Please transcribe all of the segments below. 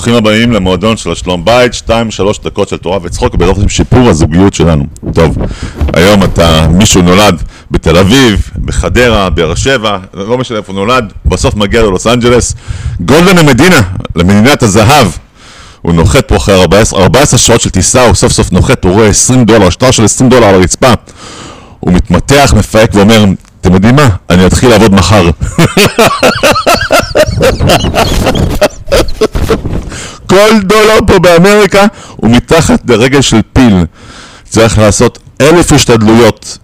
ברוכים הבאים למועדון של שלום בית, 2-3 דקות של תורה וצחוק, ובעזרת השם שיפור הזוגיות שלנו. טוב, היום מישהו נולד בתל אביב, בחדרה, באר שבע, לא משנה איפה נולד, בסוף מגיע ללוס אנג'לס, גולדן המדינה, למדינת הזהב. הוא נוחת פה אחרי 14 שעות של טיסה, הוא סוף סוף נוחת, הוא רואה $20, שטר של $20 על הרצפה. הוא מתמתח, מפהק ואומר, אתם יודעים מה? אני אתחיל לעבוד מחר. כל דולר פה באמריקה הוא מתחת לרגל של פיל. צריך לעשות 1,000 השתדלויות,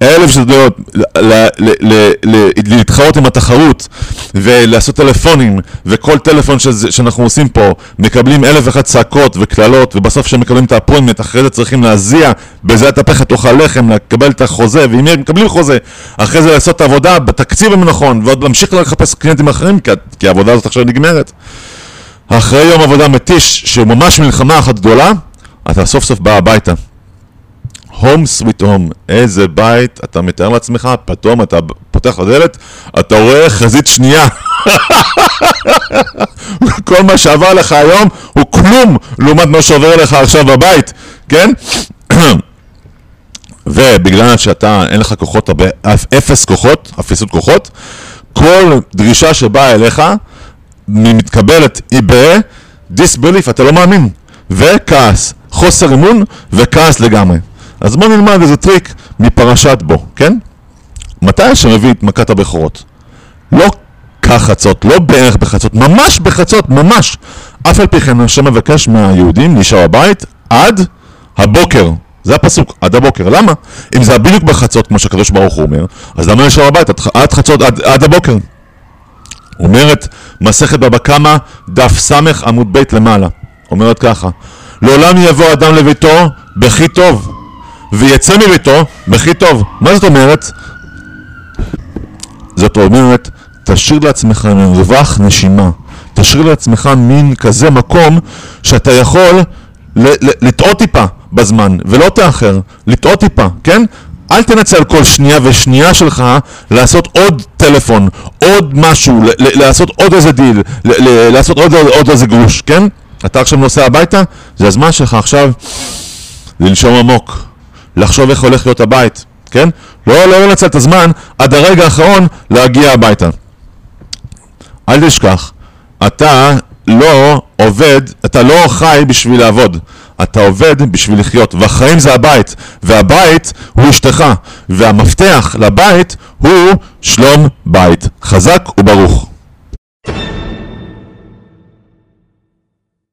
להתחרות עם התחרות ולעשות טלפונים, וכל טלפון שאנחנו עושים פה מקבלים 1,001 צעקות וכללות, ובסוף שמקבלים את האפוינטמנט אחרי זה צריכים להזיע בזה התפך תאכל לחם, לקבל את החוזה, ואם הם מקבלים חוזה אחרי זה לעשות את העבודה בתקציב הנכון ועוד להמשיך לחפש קליינטים אחרים, כי העבודה הזאת עכשיו נגמרת. אחרי יום עבודה מתיש שהוא ממש מלחמה אחת גדולה, אתה סוף סוף בא הביתה. הום סוויט הום, איזה בית, אתה מתאר לעצמך, פתאום אתה פותח לדלת, אתה רואה חזית שנייה. כל מה שעבר לך היום הוא כלום לעומת מה שעובר לך עכשיו בבית, כן? ובגלל שאתה אין לך כוחות, אפס כוחות, אפסות כוחות, כל דרישה שבאה אליך מתקבלת ב-disbelief, אתה לא מאמין, וכעס, חוסר אמון וכעס לגמרי. אז בוא נלמד איזה טריק מפרשת בו, כן? מתי שמביא את מכת הבכורות? לא כחצות, לא בערך בחצות, ממש בחצות, ממש. אף על פי כן השם מבקש מהיהודים להישאר בבית עד הבוקר. זה הפסוק, עד הבוקר. למה? אם זה בדיוק בחצות, כמו שהקדוש ברוך הוא אומר, אז למה להישאר בבית עד חצות, עד הבוקר? אומרת מסכת בבא קמא, דף סמך עמוד בית למעלה. אומרת ככה, לעולם יבוא אדם לביתו בכי טוב, ויצא מביתו בכי טוב. מה זאת אומרת? זאת אומרת, תשאיר לעצמך מרווח נשימה, תשאיר לעצמך מין כזה מקום שאתה יכול לטעות טיפה בזמן, ולא תאחר, לטעות טיפה, כן? אל תנצל כל שנייה ושנייה שלך לעשות עוד טלפון, עוד משהו, לעשות עוד איזה דיל, לעשות עוד איזה גרוש, כן? אתה עכשיו נוסע הביתה, זה הזמן שלך עכשיו לנשום עמוק, לחשוב איך הולך להיות הבית, כן? לא לנצל את הזמן עד הרגע האחרון להגיע הביתה. אל תשכח, אתה לא עובד, אתה לא חי בשביל לעבוד, אתה עובד בשביל לחיות, והחיים זה הבית, והבית הוא אשתך, והמפתח לבית הוא שלום בית. חזק וברוך.